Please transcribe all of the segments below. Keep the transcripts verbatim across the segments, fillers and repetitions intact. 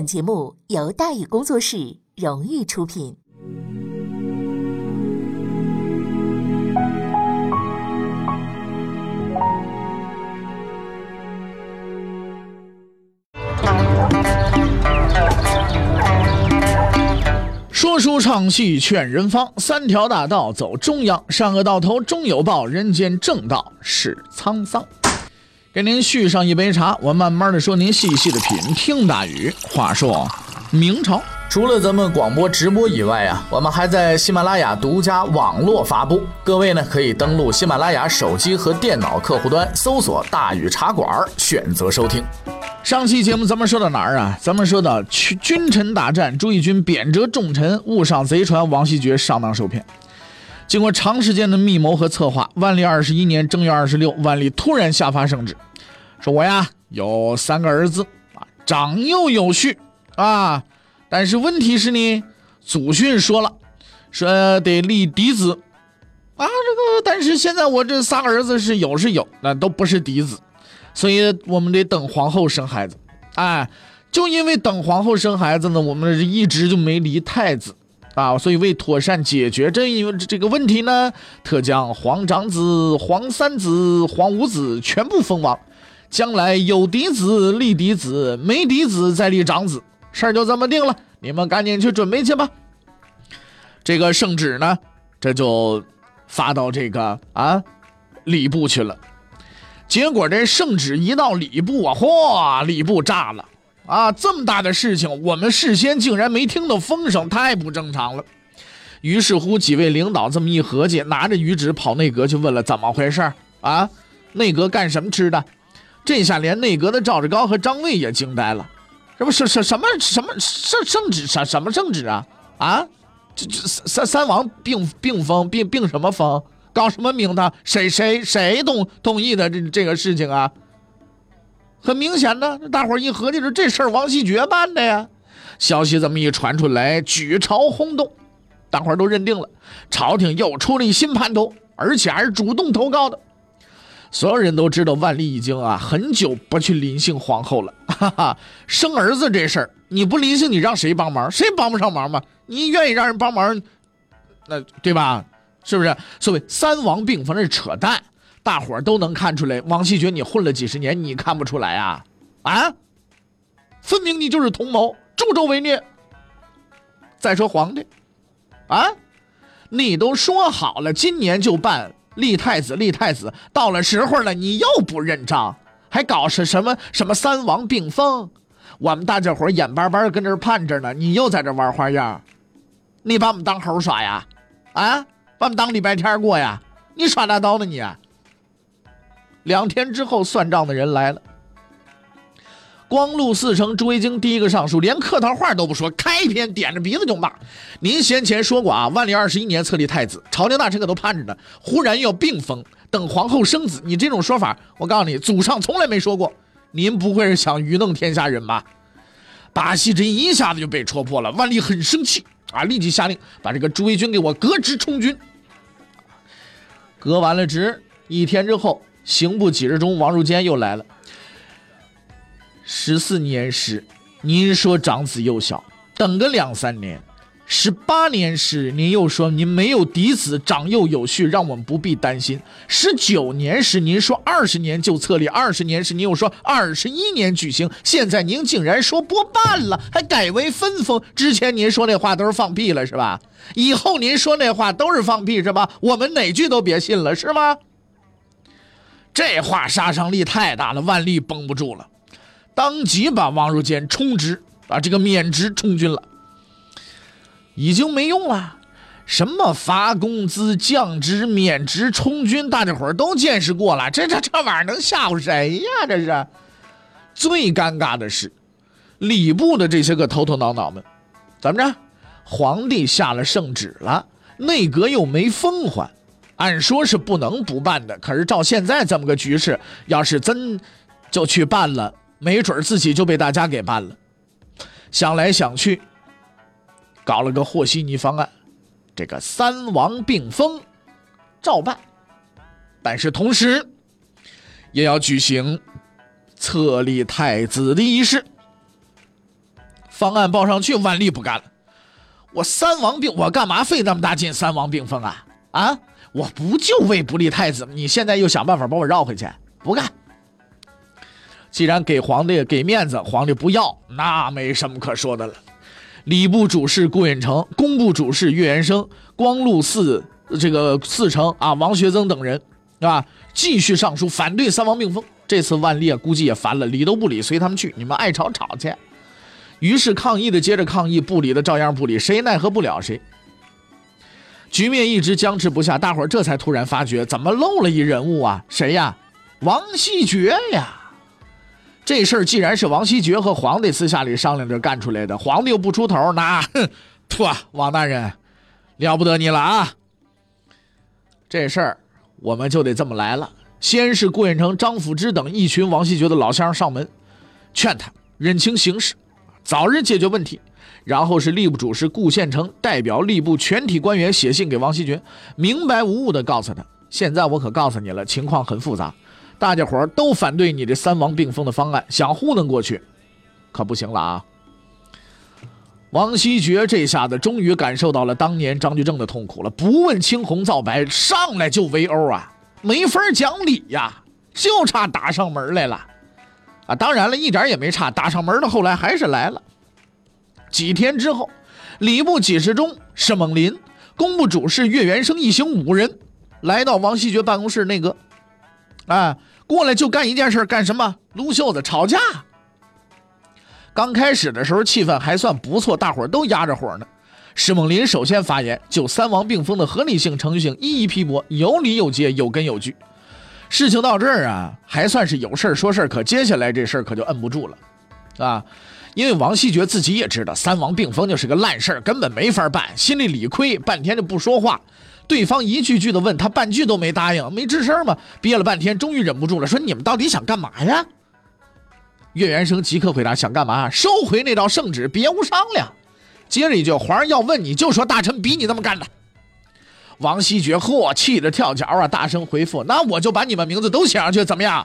本节目由大宇工作室荣誉出品。 说书唱戏劝人方，三条大道走中央，善恶到头终有报，人间正道是沧桑。给您续上一杯茶，我慢慢的说，您细细的品。听大宇话说明朝， 除了咱们广播直播以外啊，我们还在喜马拉雅独家网络发布。各位呢可以登录喜马拉雅手机和电脑客户端，搜索大宇茶馆，选择收听。 上期节目咱们说到哪儿啊？咱们说到君臣大战，朱翊钧贬谪重臣，误上贼船，王希爵上当受骗。经过长时间的密谋和策划，万历二十一年正月二十六，万历突然下发圣旨，说我呀有三个儿子啊，长幼有序啊，但是问题是呢，祖训说了，说得立嫡子啊，这个但是现在我这仨儿子是有是有，那都不是嫡子，所以我们得等皇后生孩子。哎，就因为等皇后生孩子呢，我们一直就没立太子啊，所以为妥善解决这这个问题呢，特将皇长子、皇三子、皇五子全部封王，将来有嫡子立嫡子，没嫡子再立长子，事儿就这么定了，你们赶紧去准备去吧。这个圣旨呢，这就发到这个啊礼部去了。结果这圣旨一到礼部啊，嚯，礼部炸了啊！这么大的事情，我们事先竟然没听到风声，太不正常了。于是乎，几位领导这么一合计，拿着谕旨跑内阁去问了怎么回事啊？内阁干什么吃的？这下连内阁的赵志高和张卫也惊呆了，这不是什什么什么圣圣旨什什么圣旨啊？啊，这这三三王并并封并并什么封？搞什么名堂？谁谁谁同同意的这这个事情啊？很明显的，大伙儿一合计着，这事儿王希爵办的呀。消息这么一传出来，举朝轰动，大伙儿都认定了，朝廷又出了一新叛徒，而且还是主动投靠的。所有人都知道万历已经啊很久不去临幸皇后了，哈哈，生儿子这事儿你不临幸，你让谁帮忙？谁帮不上忙嘛？你愿意让人帮忙，那对吧？是不是？所谓三王并封是扯淡，大伙儿都能看出来。王希爵你混了几十年，你看不出来啊？啊，分明你就是同谋，助纣为虐。再说皇帝啊，你都说好了今年就办立太子立太子，到了时候了你又不认账，还搞是什么什么三王并封，我们大家伙眼巴巴跟这盼着呢，你又在这玩花样，你把我们当猴耍呀？啊，把我们当礼拜天过呀？你耍大刀呢你啊？两天之后算账的人来了，光禄四丞朱维京第一个上书，连客套话都不说，开篇点着鼻子就骂。您先前说过啊，万历二十一年册立太子，朝廷大臣可都盼着呢，忽然要并封，等皇后生子，你这种说法，我告诉你，祖上从来没说过。您不会是想愚弄天下人吧？把戏这一下子就被戳破了，万历很生气啊，立即下令把这个朱维钧给我革职充军。革完了职，一天之后，刑部几日中，王汝坚又来了。十四年时，您说长子幼小，等个两三年；十八年时，您又说您没有嫡子，长幼有序，让我们不必担心；十九年时，您说二十年就册立；二十年时，您又说二十一年举行；现在您竟然说不办了，还改为分封。之前您说那话都是放屁了，是吧？以后您说那话都是放屁，是吧？我们哪句都别信了，是吗？这话杀伤力太大了，万历绷不住了，当即把王汝坚充职，把这个免职充军了。已经没用了，什么发工资、降职、免职、充军，大家伙儿都见识过了，这这这玩意儿能吓唬谁呀？这是最尴尬的是，礼部的这些个头头脑脑们，怎么着？皇帝下了圣旨了，内阁又没封还，按说是不能不办的，可是照现在这么个局势，要是真就去办了，没准自己就被大家给办了。想来想去，搞了个和稀泥方案，这个三王并封照办，但是同时也要举行册立太子的仪式。 方案报上去，万历不干了。我三王并，我干嘛费那么大劲三王并封啊？啊，我不就为不立太子吗？你现在又想办法把我绕回去，不干。既然给皇帝给面子，皇帝不要，那没什么可说的了。礼部主事顾允成、工部主事岳元生、光禄寺这个寺丞啊王学增等人啊，继续上书反对三王并封。这次万历啊估计也烦了，理都不理，随他们去，你们爱吵吵去。于是抗议的接着抗议，不理的照样不理，谁奈何不了谁。局面一直僵持不下，大伙儿这才突然发觉，怎么漏了一人物啊？谁呀？王希爵呀！这事儿既然是王希爵和皇帝私下里商量着干出来的，皇帝又不出头，那哼，噗，王大人，了不得你了啊！这事儿我们就得这么来了。先是顾允成、张辅之等一群王希爵的老乡上门，劝他认清形势，早日解决问题。然后是吏部主事顾宪成代表吏部全体官员写信给王希爵，明白无误地告诉他，现在我可告诉你了，情况很复杂，大家伙都反对你这三王并封的方案，想糊弄过去可不行了啊。王希爵这下子终于感受到了当年张居正的痛苦了，不问青红皂白，上来就围殴啊，没法讲理呀，就差打上门来了啊！当然了，一点也没差，打上门的后来还是来了。几天之后，礼部给事中施猛林、工部主事岳元生一行五人来到王希爵办公室内阁，啊，过来就干一件事，干什么？撸袖子吵架。刚开始的时候气氛还算不错，大伙都压着火呢。施猛林首先发言，就三王并封的合理性、程序性一一批驳，有理有节，有根有据。事情到这儿啊，还算是有事说事，可接下来这事儿可就摁不住了啊！因为王希爵自己也知道三王并封就是个烂事儿，根本没法办，心里理亏，半天就不说话。对方一句句的问他，半句都没答应，没吱声嘛，憋了半天，终于忍不住了，说你们到底想干嘛呀？岳元生即刻回答，想干嘛？收回那道圣旨，别无商量。接着一句，皇上要问你，就说大臣逼你这么干的。王希爵嚯，气得跳脚啊，大声回复，那我就把你们名字都写上去，怎么样？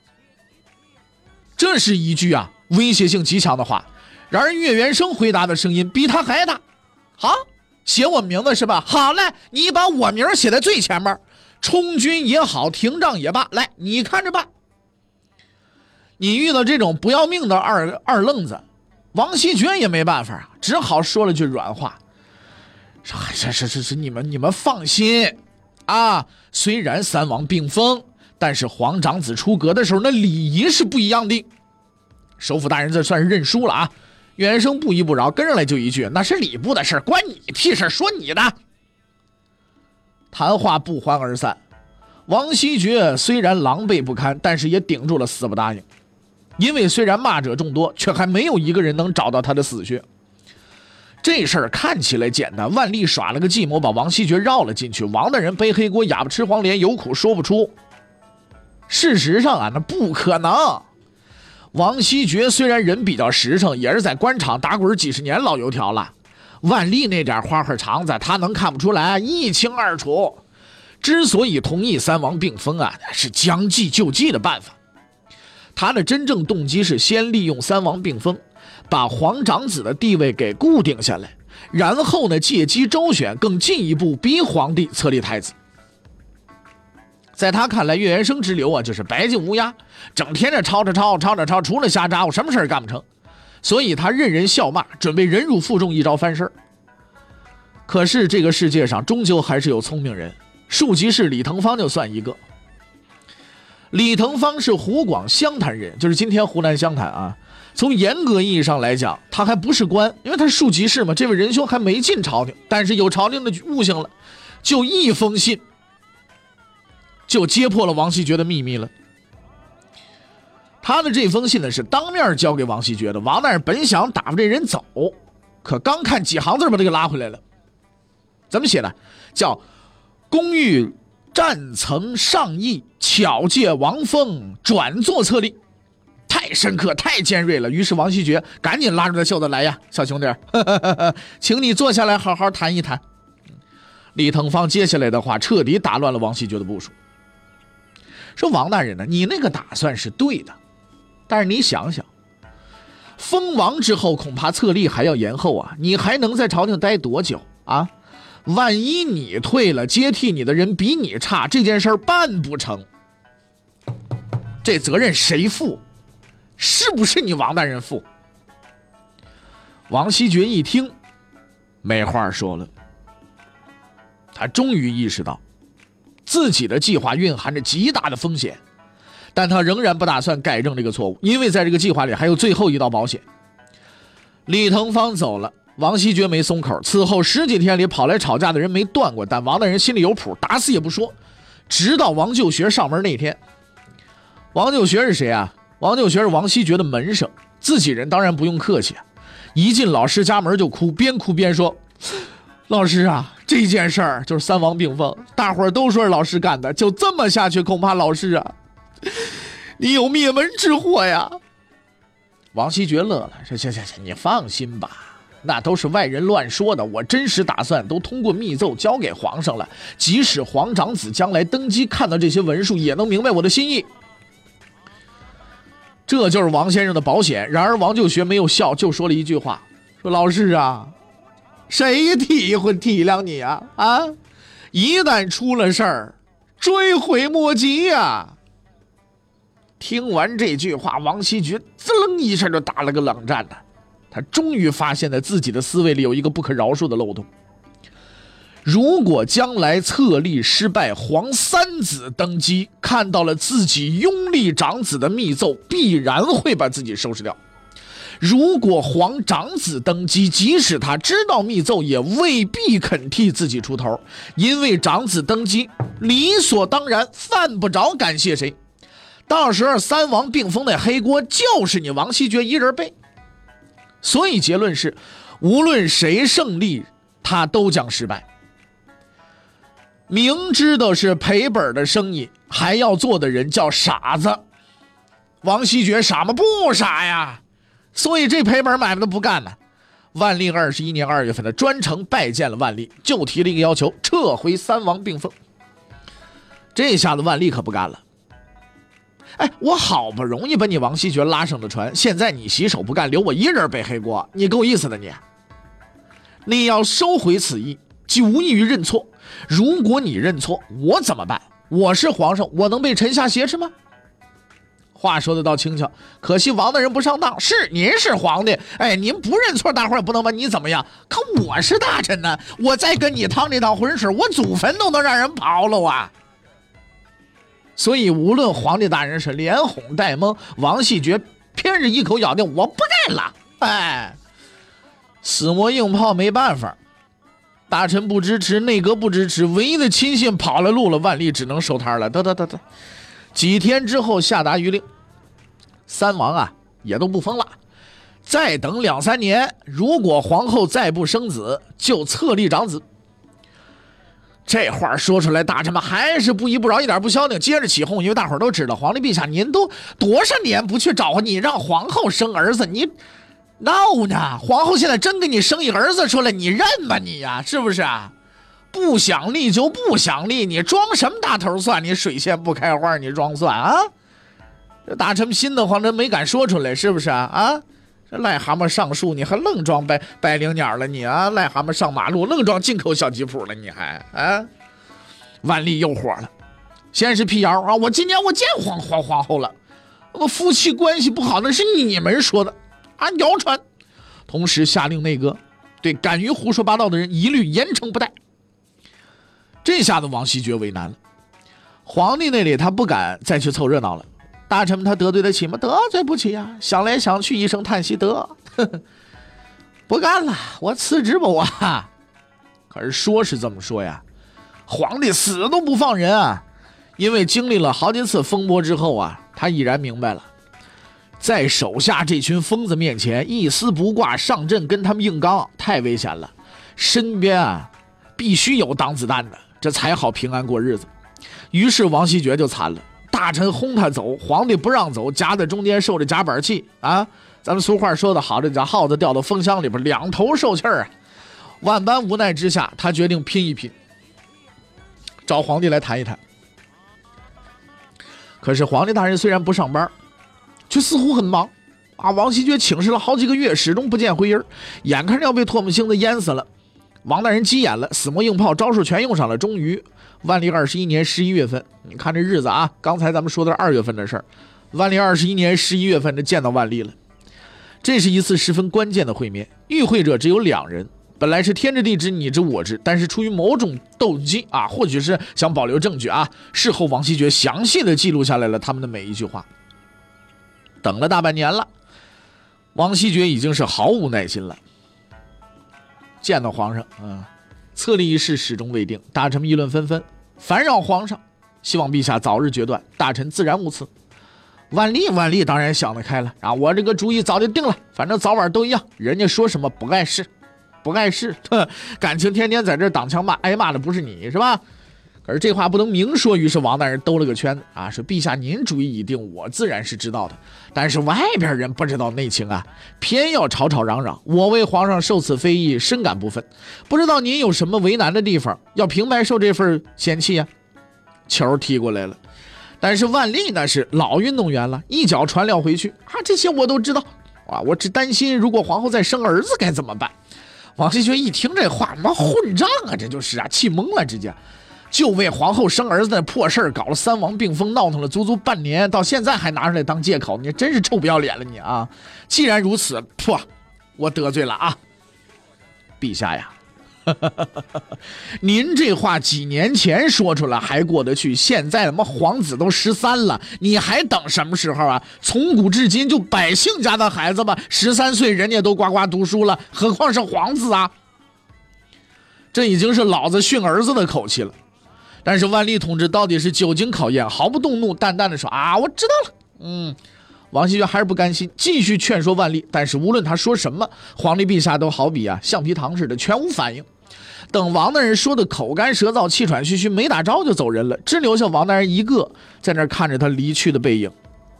这是一句啊威胁性极强的话。然而岳元生回答的声音比他还大。好，写我名字是吧？好嘞，你把我名写在最前面，充军也好，停仗也罢，来你看着办。你遇到这种不要命的二二愣子，王希爵也没办法啊，只好说了句软话，说是是是是，你们你们放心啊，虽然三王并封，但是皇长子出阁的时候那礼仪是不一样的。首辅大人这算是认输了啊。岳元生不依不饶，跟上来就一句，那是礼部的事，关你屁事，说你的。谈话不欢而散。王希爵虽然狼狈不堪，但是也顶住了，死不答应。因为虽然骂者众多，却还没有一个人能找到他的死穴。这事儿看起来简单，万历耍了个计谋，把王希爵绕了进去。王大人背黑锅，哑巴吃黄连，有苦说不出。事实上啊，那不可能。王希爵虽然人比较实诚，也是在官场打滚几十年老油条了。万历那点花花肠子，他能看不出来？一清二楚。之所以同意三王并封啊，是将计就计的办法。他的真正动机是先利用三王并封，把皇长子的地位给固定下来，然后呢借机周旋，更进一步逼皇帝册立太子。在他看来，岳元生之流啊，就是白净乌鸦，整天的吵着吵，吵着吵，除了瞎喳呼，什么事干不成。所以他任人笑骂，准备忍辱负重，一招翻身。可是这个世界上终究还是有聪明人，庶吉士李腾芳就算一个。李腾芳是湖广湘潭人，就是今天湖南湘潭啊。从严格意义上来讲，他还不是官，因为他是庶吉士嘛。这位仁兄还没进朝廷，但是有朝廷的悟性了，就一封信就揭破了王希爵的秘密了。他的这封信呢是当面交给王希爵的。王大人本想打发这人走，可刚看几行字把他给拉回来了。怎么写的？叫公欲战曾上议，巧借王封，转作册立。太深刻，太尖锐了。于是王希爵赶紧拉住他袖子，来呀，小兄弟，呵呵呵，请你坐下来好好谈一谈。李腾芳接下来的话彻底打乱了王希爵的部署。说王大人呢，你那个打算是对的，但是你想想， 封王之后，恐怕册立还要延后啊！你还能在朝廷待多久啊？万一你退了，接替你的人比你差，这件事儿办不成，这责任谁负？是不是你王大人负？王希爵一听，没话说了。他终于意识到，自己的计划蕴含着极大的风险，但他仍然不打算改正这个错误，因为在这个计划里还有最后一道保险。李腾芳走了，王希爵没松口，此后十几天里跑来吵架的人没断过，但王大人心里有谱，打死也不说。直到王就学上门那天，王就学是谁啊？王就学是王希爵的门生，自己人当然不用客气啊。一进老师家门就哭，边哭边说：“老师啊，这件事儿就是三王并封，大伙儿都说是老师干的，就这么下去，恐怕老师啊，你有灭门之祸呀。”王希爵乐了，说：“行行行，你放心吧，那都是外人乱说的，我真实打算都通过密奏交给皇上了，即使皇长子将来登基看到这些文书，也能明白我的心意。”这就是王先生的保险。然而王就学没有笑，就说了一句话，说：“老师啊，谁体会体谅你啊？啊，一旦出了事儿，追悔莫及呀！”听完这句话，王希爵滋楞一下就打了个冷战呢。他终于发现在自己的思维里有一个不可饶恕的漏洞。如果将来册立失败，皇三子登基，看到了自己拥立长子的密奏，必然会把自己收拾掉。如果皇长子登基，即使他知道密奏，也未必肯替自己出头，因为长子登基理所当然，犯不着感谢谁。到时候三王并封的黑锅就是你王希爵一人背。所以结论是，无论谁胜利，他都将失败。明知道是赔本的生意还要做的人叫傻子。王希爵傻吗？不傻呀，所以这赔本买卖都不干呢。万历二十一年二月份的专程拜见了万历，就提了一个要求，撤回三王并封。这下子万历可不干了。哎，我好不容易把你王希爵拉上了船，现在你洗手不干，留我一人背黑锅，你够意思的你。你要收回此意，就无异于认错。如果你认错，我怎么办？我是皇上，我能被臣下挟持吗？话说得倒轻巧，可惜王大人不上当。是您是皇帝，哎，您不认错，大伙也不能把你怎么样。可我是大臣呢，我再跟你趟这趟浑水，我祖坟都能让人刨了啊！所以无论皇帝大人是连哄带蒙，王希爵偏是一口咬定我不干了。哎，死磨硬泡没办法，大臣不支持，内阁不支持，唯一的亲信跑了路了，万历只能收摊了。得得得得，几天之后下达谕令，三王啊也都不封了，再等两三年，如果皇后再不生子，就册立长子。这话说出来，大臣们还是不依不饶，一点不消停，接着起哄。因为大伙都知道，皇帝陛下您都多少年不去找你，让皇后生儿子，你闹呢？皇后现在真给你生一儿子出来，你认吗你呀？是不是啊？不想立就不想立，你装什么大头蒜？你水仙不开花，你装蒜啊？这大臣们心得慌，真没敢说出来，是不是啊？啊？这癞蛤蟆上树，你还愣装白白灵鸟了你啊？癞蛤蟆上马路，愣装进口小吉普了你还啊？万历又火了，先是辟谣啊，我今年我见皇皇皇后了，我夫妻关系不好，那是你们说的啊，谣传。同时下令内阁对敢于胡说八道的人一律严惩不贷。这下子王希爵为难了，皇帝那里他不敢再去凑热闹了。大臣们他得罪得起吗？得罪不起啊！想来想去，一声叹息，得呵呵不干了，我辞职吧我。可是说是这么说呀，皇帝死都不放人啊！因为经历了好几次风波之后啊，他已然明白了，在手下这群疯子面前一丝不挂上阵跟他们硬刚太危险了，身边啊必须有挡子弹的，这才好平安过日子。于是王希爵就惨了。大臣轰他走，皇帝不让走，夹在中间受着夹板气啊！咱们俗话说的好，这叫耗子掉到风箱里边，两头受气儿啊！万般无奈之下，他决定拼一拼，找皇帝来谈一谈。可是皇帝大人虽然不上班，却似乎很忙啊！王希爵请示了好几个月，始终不见回音，眼看着要被唾沫星子淹死了。王大人急眼了，死磨硬泡，招数全用上了。终于，万历二十一年十一月份，你看这日子啊，刚才咱们说的是二月份的事儿，万历二十一年十一月份就见到万历了。这是一次十分关键的会面，与会者只有两人。本来是天知地知你知我知，但是出于某种动机啊，或许是想保留证据啊，事后王希爵详细的记录下来了他们的每一句话。等了大半年了，王希爵已经是毫无耐心了。见到皇上啊，册立一事始终未定，大臣们议论纷纷，烦扰皇上，希望陛下早日决断，大臣自然无辞。万历万历当然想得开了啊，我这个主意早就定了，反正早晚都一样，人家说什么不碍事。不碍事，感情天天在这挡枪骂，挨骂的不是你是吧？可是这话不能明说，于是王大人兜了个圈子啊，说陛下您主意已定，我自然是知道的，但是外边人不知道内情啊，偏要吵吵嚷嚷，我为皇上受此非议，深感不忿，不知道您有什么为难的地方，要平白受这份嫌弃啊。球踢过来了，但是万历那是老运动员了，一脚传撂回去啊，这些我都知道啊，我只担心如果皇后再生儿子该怎么办。王希爵一听这话，妈混账啊！这就是啊，气懵了，直接就为皇后生儿子的破事儿搞了三王并封，闹腾了足足半年，到现在还拿出来当借口，你真是臭不要脸了你啊！既然如此，噗，我得罪了啊，陛下呀！您这话几年前说出来还过得去，现在他妈皇子都十三了，你还等什么时候啊？从古至今就百姓家的孩子吧，十三岁人家都呱呱读书了，何况是皇子啊？这已经是老子训儿子的口气了。但是万历同志到底是久经考验，毫不动怒，淡淡的说啊，我知道了。嗯，王希爵还是不甘心，继续劝说万历，但是无论他说什么，皇帝陛下都好比啊橡皮糖似的，全无反应。等王大人说的口干舌燥，气喘吁吁，没打着就走人了，只留下王大人一个在那看着他离去的背影。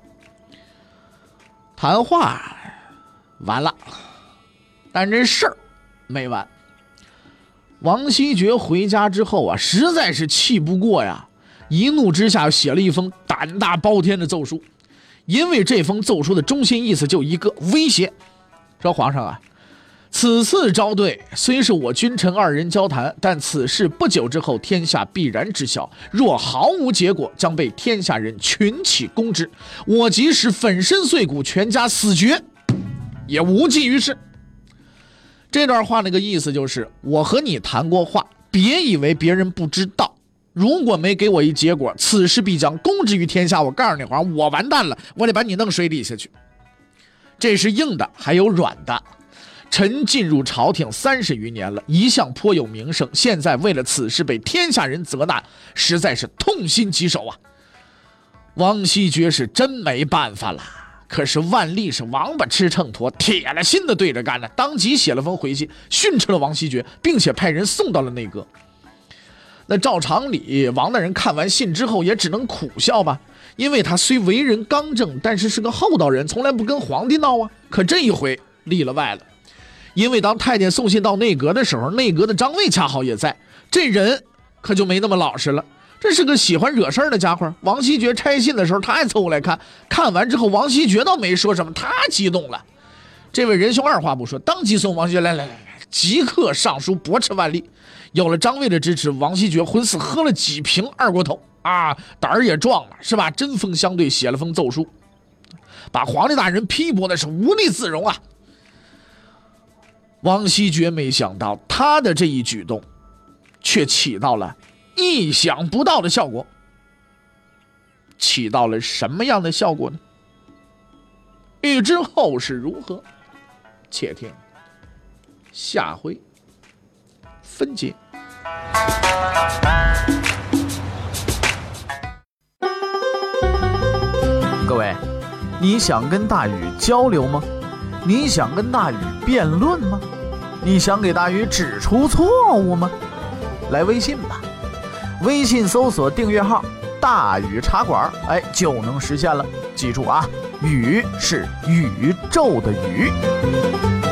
谈话完了，但这事儿没完。王希爵回家之后啊，实在是气不过呀，一怒之下写了一封胆大包天的奏书。因为这封奏书的中心意思就一个威胁，说皇上啊，此次招对虽是我君臣二人交谈，但此事不久之后天下必然知晓，若毫无结果，将被天下人群起攻之，我即使粉身碎骨，全家死绝，也无济于事。这段话那个意思就是，我和你谈过话，别以为别人不知道，如果没给我一结果，此事必将公之于天下。我告诉你皇上，我完蛋了，我得把你弄水底下去。这是硬的，还有软的。臣进入朝廷三十余年了，一向颇有名声，现在为了此事被天下人责难，实在是痛心疾首啊。王希爵是真没办法了，可是万历是王八吃秤砣，铁了心的对着干了，当即写了封回信训斥了王希爵，并且派人送到了内阁。那照常理，王大人看完信之后也只能苦笑吧，因为他虽为人刚正，但是是个厚道人，从来不跟皇帝闹啊。可这一回例了外了，因为当太监送信到内阁的时候，内阁的张卫恰好也在，这人可就没那么老实了，这是个喜欢惹事儿的家伙。王希爵拆信的时候，他还凑过来看，看完之后，王希爵倒没说什么，他激动了。这位仁兄二话不说，当即送王希爵来来来来，即刻上书驳斥万历。有了张卫的支持，王希爵浑似喝了几瓶二锅头啊，胆儿也壮了，是吧？针锋相对，写了封奏书，把皇帝大人批驳的是无地自容啊。王希爵没想到他的这一举动却起到了意想不到的效果。起到了什么样的效果呢？欲知后事如何，且听下回分解。 各位，你想跟大禹交流吗？你想跟大禹辩论吗？你想给大禹指出错误吗？来微信吧，微信搜索订阅号大禹茶馆，哎，就能实现了。记住啊，禹是宇宙的宇。